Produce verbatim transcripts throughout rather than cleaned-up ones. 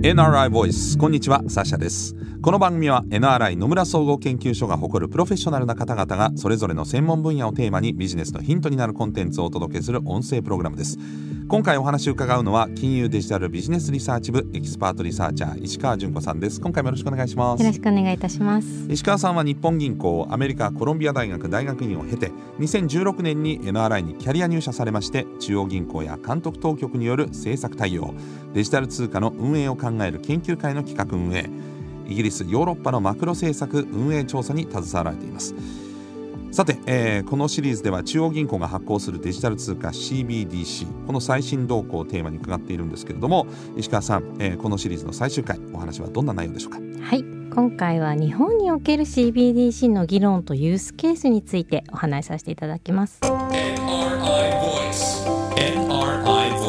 エヌアールアイ ボイス、こんにちは、サシャです。この番組は エヌアールアイ 野村総合研究所が誇るプロフェッショナルな方々がそれぞれの専門分野をテーマにビジネスのヒントになるコンテンツをお届けする音声プログラムです。今回お話を伺うのは金融デジタルビジネスリサーチ部エキスパートリサーチャー石川純子さんです。今回もよろしくお願いします。 よろしくお願いいたします。 石川さんは日本銀行、アメリカコロンビア大学大学院を経てにせんじゅうろくねんに エヌアールアイ にキャリア入社されまして、中央銀行や監督当局による政策対応、デジタル通貨の運営を考える研究会の企画運営、イギリスヨーロッパのマクロ政策運営調査に携わられています。さて、えー、このシリーズでは中央銀行が発行するデジタル通貨 シービーディーシー、 この最新動向をテーマに伺っているんですけれども、石川さん、えー、このシリーズの最終回、お話はどんな内容でしょうか？ はい、今回は日本における シービーディーシー の議論とユースケースについてお話しさせていただきます。 エヌアールアイ Voice エヌアールアイ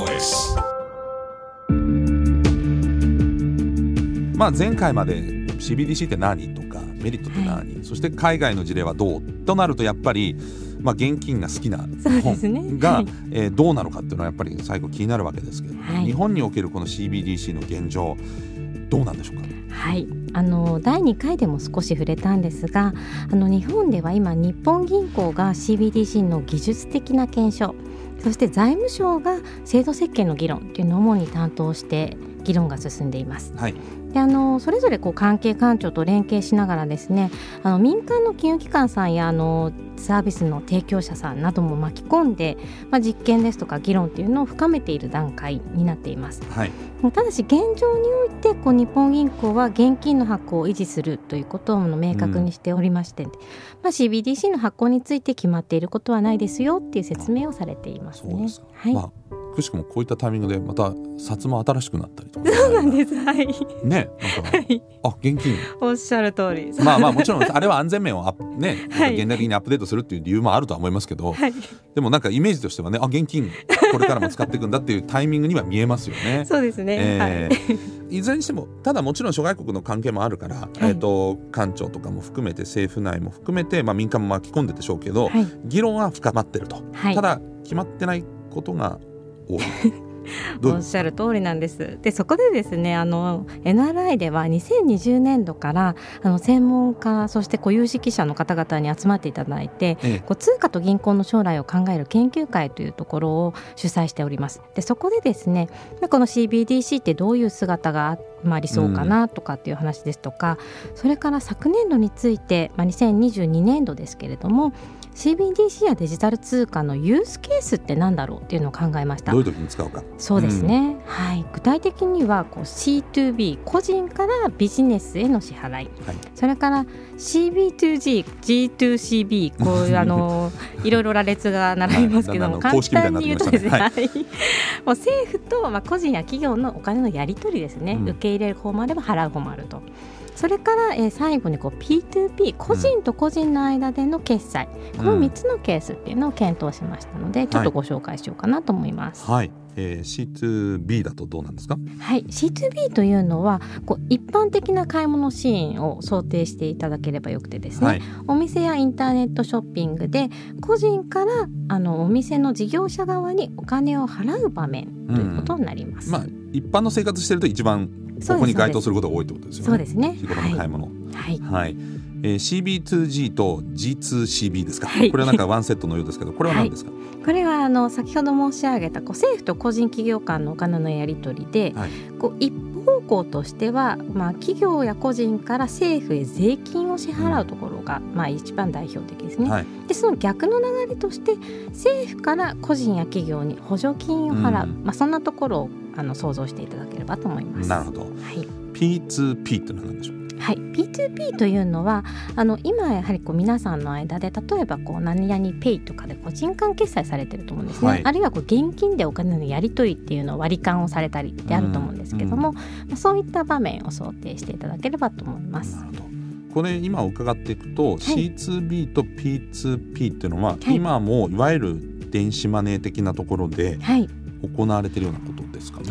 Voice。 まあ、前回まで シービーディーシー って何とかメリットって何、はい、そして海外の事例はどうとなると、やっぱり、まあ、現金が好きな日本が、ね、はい、えー、どうなのかっていうのはやっぱり最後気になるわけですけど、はい、日本におけるこの シービーディーシー の現状どうなんでしょうか？ はい、あのだいにかいでも少し触れたんですが、あの日本では今日本銀行が シービーディーシー の技術的な検証、そして財務省が制度設計の議論というのを主に担当して議論が進んでいます。はい、であのそれぞれこう関係官庁と連携しながらですね、あの民間の金融機関さんやあのサービスの提供者さんなども巻き込んで、まあ、実験ですとか議論というのを深めている段階になっています。はい、ただし現状においてこう日本銀行は現金の発行を維持するということを明確にしておりまして、うん、まあ、シービーディーシー の発行について決まっていることはないですよっていう説明をされていますね。 そうですか。 はい、 まあくしくもこういったタイミングでまた札も新しくなったりとか、ね、 そうなんです。はい、 ね、なんか、はい、あ、現金おっしゃる通り。 まあまあもちろんあれは安全面をアップ、ね、現代的にアップデートするっていう理由もあるとは思いますけど、はい、でもなんかイメージとしてはね、あ、現金これからも使っていくんだっていうタイミングには見えますよね。 そうですね、 えーはい、いずれにしてもただもちろん諸外国の関係もあるから、はい、えーと官庁とかも含めて政府内も含めて、まあ、民間も巻き込んででしょうけど、はい、議論は深まってると、はい、ただ決まってないことが多いおっしゃる通りなんです。でそこでですね、あの エヌアールアイ ではにせんにじゅうねんどからあの専門家、そして有識者の方々に集まっていただいて、ええ、こう通貨と銀行の将来を考える研究会というところを主催しております。でそこでですね、この シービーディーシー ってどういう姿がまあ、理想かなとかっていう話ですとか、うん、それから昨年度について、まあ、にせんにじゅうにねんどですけれども シービーディーシー やデジタル通貨のユースケースって何だろうっていうのを考えました。 どういう時に使うか。 そうですね、うん、はい、具体的にはこう シーツービー 個人からビジネスへの支払い、はい、それから シービーツージー、ジーツーシービー こういうあのいろいろ羅列が並びますけども、はい、簡単に言うとですね、はい、もう政府とまあ個人や企業のお金のやり取りですね、うん、受け入れる方もあれば払う方もあると。それから、えー、最後にこう ピーツーピー、 個人と個人の間での決済、うん、このみっつのケースっていうのを検討しましたので、ちょっとご紹介しようかなと思います。 はい、えー、シーツービー だとどうなんですか？ はい、シーツービー というのはこう一般的な買い物シーンを想定していただければよくてですね、はい、お店やインターネットショッピングで個人からあのお店の事業者側にお金を払う場面ということになります。 うん、まあ、一般の生活してると一番ここに該当することが多いってことですよね。 そうですね。 日頃の買い物。 はいはい、えー、シービーツージー と ジーツーシービー ですか、はい、これはなんかワンセットのようですけど、これは何ですか？はい、 これはあの先ほど申し上げたこう政府と個人企業間のお金のやり取りで、はい、こう一方向としては、まあ、企業や個人から政府へ税金を支払うところが、うん、まあ、一番代表的ですね。はい、でその逆の流れとして政府から個人や企業に補助金を払う、うん、まあ、そんなところをあの想像していただければと思います。 なるほど。はい、ピーツーピー というのは何でしょう？ はい、ピーツーピー というのはあの今やはりこう皆さんの間で例えばこう何々ペイとかで個人間決済されてると思うんですね。はい、あるいはこう現金でお金のやり取りっていうのを割り勘をされたりってあると思うんですけども、うんうん、そういった場面を想定していただければと思います。 なるほど。これ今伺っていくと、はい、シーツービー と ピーツーピー っていうのは、はい、今もいわゆる電子マネー的なところで行われているようなことですかね。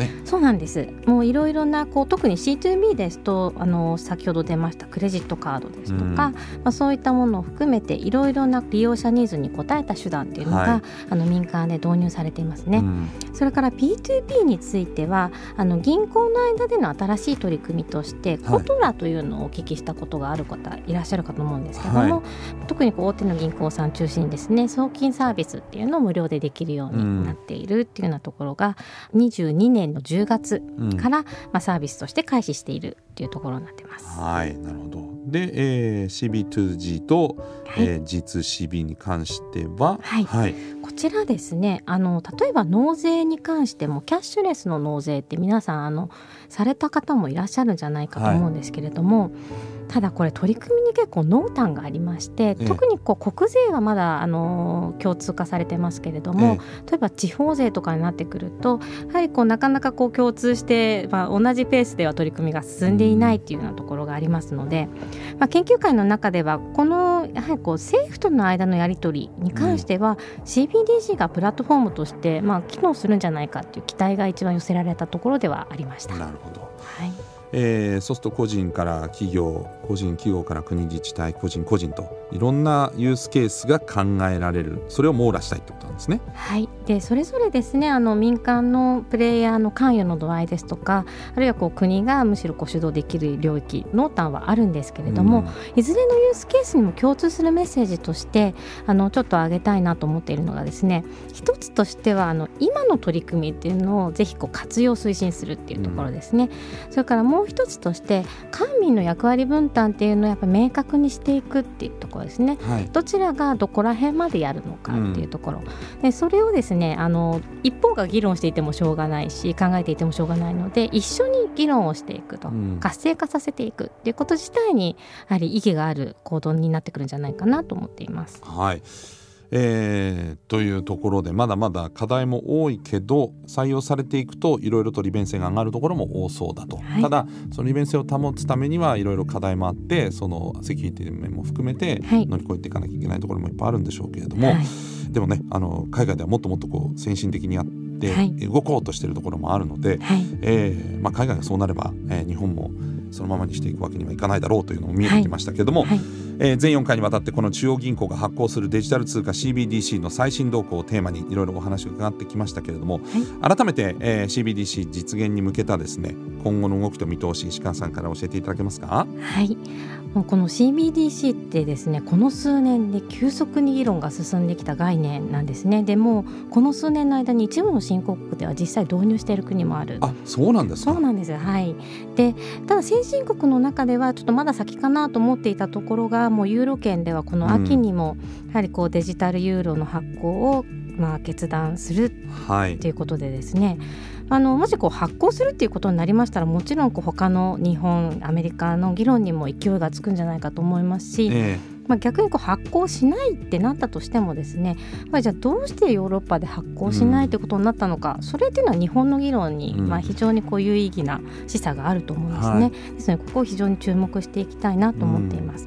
ね。 そうなんです。もういろいろなこう特に シーツービー ですとあの先ほど出ましたクレジットカードですとか、うんまあ、そういったものを含めていろいろな利用者ニーズに応えた手段っていうのが、はい、あの民間で導入されていますね、うん、それから ビーツービー についてはあの銀行の間での新しい取り組みとしてコトラというのをお聞きしたことがある方いらっしゃるかと思うんですけども、はい、特にこう大手の銀行さん中心にですね送金サービスっていうのを無料でできるようになっているっていうようなところがにじゅうにねんのじゅうがつから、うんまあ、サービスとして開始しているっていうところになってます。 はい、なるほど。で、えー、シービーツージー と、はいえー、実 シービー に関しては、 はいはい、こちらですねあの例えば納税に関してもキャッシュレスの納税って皆さんあのされた方もいらっしゃるんじゃないかと思うんですけれども、はいただこれ取り組みに結構濃淡がありまして、ええ、特にこう国税はまだあの共通化されてますけれども、ええ、例えば地方税とかになってくるとやはりこうなかなかこう共通して、まあ、同じペースでは取り組みが進んでいないっていうようなところがありますので、まあ、研究会の中ではこのやはりこう政府との間のやり取りに関しては、うん、シービーディージー がプラットフォームとして、まあ、機能するんじゃないかっていう期待が一番寄せられたところではありました。 なるほど、 はいえー、そうすると個人から企業個人企業から国自治体個人個人といろんなユースケースが考えられるそれを網羅したいってことなんですね。 はい、でそれぞれですねあの民間のプレイヤーの関与の度合いですとかあるいはこう国がむしろこう主導できる領域濃淡はあるんですけれども、うん、いずれのユースケースにも共通するメッセージとしてあのちょっと挙げたいなと思っているのがですね一つとしてはあの今の取り組みっていうのをぜひこう活用推進するっていうところですね、うん、それからもう一つとして官民の役割分担っていうのをやっぱ明確にしていくっていうところですね、はい、どちらがどこら辺までやるのかっていうところ、うん、でそれをですねあの一方が議論していてもしょうがないし考えていてもしょうがないので一緒に議論をしていくと、うん、活性化させていくっていうこと自体にやはり意義がある行動になってくるんじゃないかなと思っています。 はいえー、というところでまだまだ課題も多いけど採用されていくといろいろと利便性が上がるところも多そうだと、はい、ただその利便性を保つためにはいろいろ課題もあってそのセキュリティ面も含めて乗り越えていかなきゃいけないところもいっぱいあるんでしょうけれども、はい、でもねあの海外ではもっともっとこう先進的にやって動こうとしているところもあるので、はいえーまあ、海外がそうなれば、えー、日本もそのままにしていくわけにはいかないだろうというのも見えてきましたけれども、はいはいえー、全よんかいにわたってこの中央銀行が発行するデジタル通貨 シービーディーシー の最新動向をテーマにいろいろお話を伺ってきましたけれども、はい、改めて、えー、シービーディーシー 実現に向けたですね今後の動きと見通し石川さんから教えていただけますか。 はいもうこの シービーディーシー ってですねこの数年で急速に議論が進んできた概念なんですね。でもこの数年の間に一部の新興国では実際導入している国もある。 あ、そうなんですか。 そうなんです、はい、でただ先進国の中ではちょっとまだ先かなと思っていたところがもうユーロ圏ではこの秋にもやはりこうデジタルユーロの発行をまあ決断するということでですね、はいあのもしこう発行するっていうことになりましたらもちろんこう他の日本アメリカの議論にも勢いがつくんじゃないかと思いますし、えーまあ、逆にこう発行しないってなったとしてもですね、まあ、じゃあどうしてヨーロッパで発行しないということになったのか、うん、それっていうのは日本の議論にまあ非常にこう有意義な示唆があると思うんですね、はい、ですのでここを非常に注目していきたいなと思っています、うん、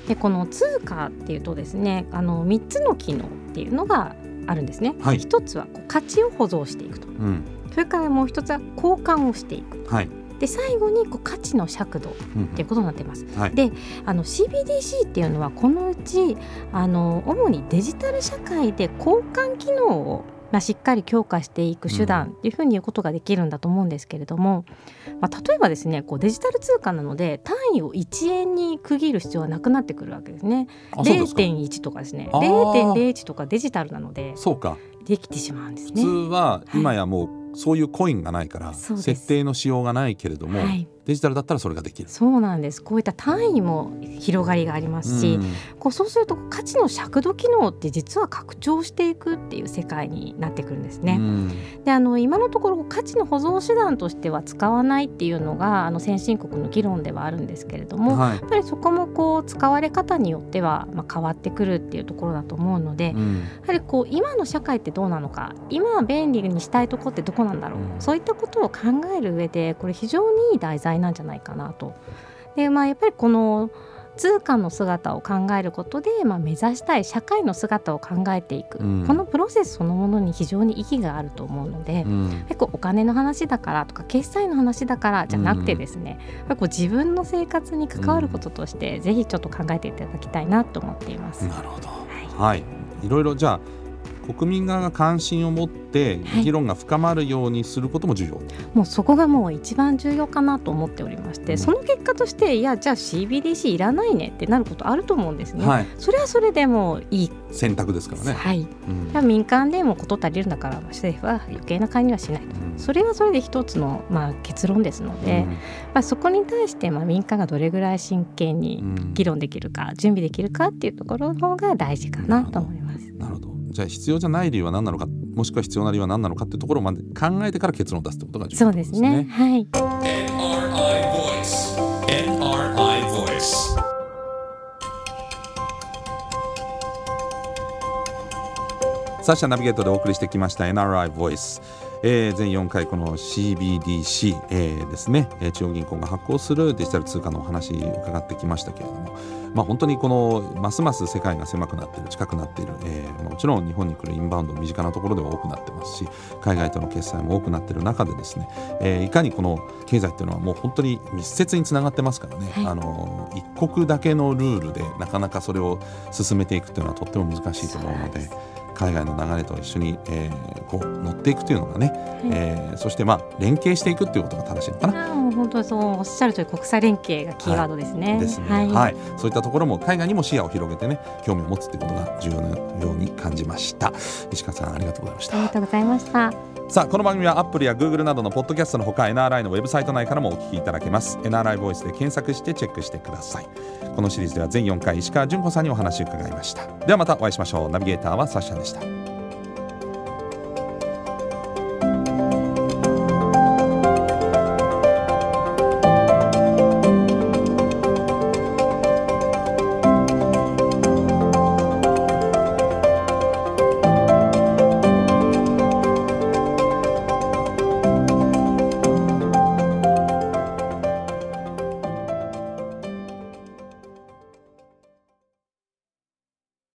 でこの通貨っていうとですねあのみっつの機能っていうのがあるんですね、はい、ひとつはこう価値を保存していくと、うんそれからもう一つは交換をしていく、はい、で最後にこう価値の尺度ということになっています、うんはい、であの シービーディーシー っていうのはこのうちあの主にデジタル社会で交換機能をまあ、しっかり強化していく手段というふうに言うことができるんだと思うんですけれども、まあ、例えばですねこうデジタル通貨なので単位をいちえんに区切る必要はなくなってくるわけですね。ゼロてんいちとかですね ゼロてんゼロいちとかデジタルなのでそうかできてしまうんですね。 普通は今やもうそういうコインがないから、はい、設定のしようがないけれども、はい、デジタルだったらそれができる。 そうなんです。こういった単位も広がりがありますし、うん、こうそうすると価値の尺度機能って実は拡張していくっていう世界になってくるんですね、うん、であの今のところ価値の保存手段としては使わないっていうのがあの先進国の議論ではあるんですけれども、はい、やっぱりそこもこう使われ方によってはまあ変わってくるっていうところだと思うので、うん、やはりこう今の社会ってどうなのか今便利にしたいところってどこなんだろう、うん、そういったことを考える上でこれ非常にいい題材なんじゃないかなと。で、まあ、やっぱりこの通貨の姿を考えることで、まあ、目指したい社会の姿を考えていく、うん、このプロセスそのものに非常に意義があると思うので、うん、結構お金の話だからとか決済の話だからじゃなくてですね、うん、やっぱりこう自分の生活に関わることとして、うん、ぜひちょっと考えていただきたいなと思っています。 なるほど、はい、はい、いろいろじゃあ国民側が関心を持って議論が深まるようにすることも重要、はい、 もうそこがもう一番重要かなと思っておりまして、うん、その結果としていやじゃあ シービーディーシー いらないねってなることあると思うんですね、はい、それはそれでもいい選択ですからね、 はい、うん、民間でも事足りるんだから政府は余計な介入はしないと、うん、それはそれで一つの、まあ、結論ですので、うん、まあ、そこに対して、まあ、民間がどれぐらい真剣に議論できるか、うん、準備できるかっていうところの方が大事かなと思います。 なるほど。じゃあ必要じゃない理由は何なのか、もしくは必要な理由は何なのかっていうところまで考えてから結論を出すってことが重要ですね。 そうですね、はい。 エヌアールアイ Voice エヌアールアイ Voice。 サッシャナビゲートでお送りしてきました エヌアールアイ Voice、えー、全よんかいこの シービーディーシー、えー、ですね、中央銀行が発行するデジタル通貨のお話伺ってきましたけれども、まあ、本当にこのますます世界が狭くなっている、近くなっている、えー、もちろん日本に来るインバウンド身近なところでは多くなってますし、海外との決済も多くなっている中でですね、えー、いかにこの経済っていうのはもう本当に密接につながってますからね、はい、あの一国だけのルールでなかなかそれを進めていくっていうのはとっても難しいと思うので、海外の流れと一緒に、えー、こう乗っていくというのがね、はい、えー、そしてまあ連携していくということが正しいのかな。 あ、もう本当そうおっしゃるとおり国際連携がキーワードですね。 はい、ですね、はいはい、そういったところも海外にも視野を広げてね、興味を持つということが重要なように感じました。石川さんありがとうございました。 ありがとうございました。 さあ、この番組は Apple や Google などのポッドキャストのほか エヌアールアイ のウェブサイト内からもお聞きいただけます。 エヌアールアイ ボイスで検索してチェックしてください。このシリーズでは全よんかい石川純子さんにお話を伺いました。ではまたお会いしましょう。ナビゲーターはサッシャでした。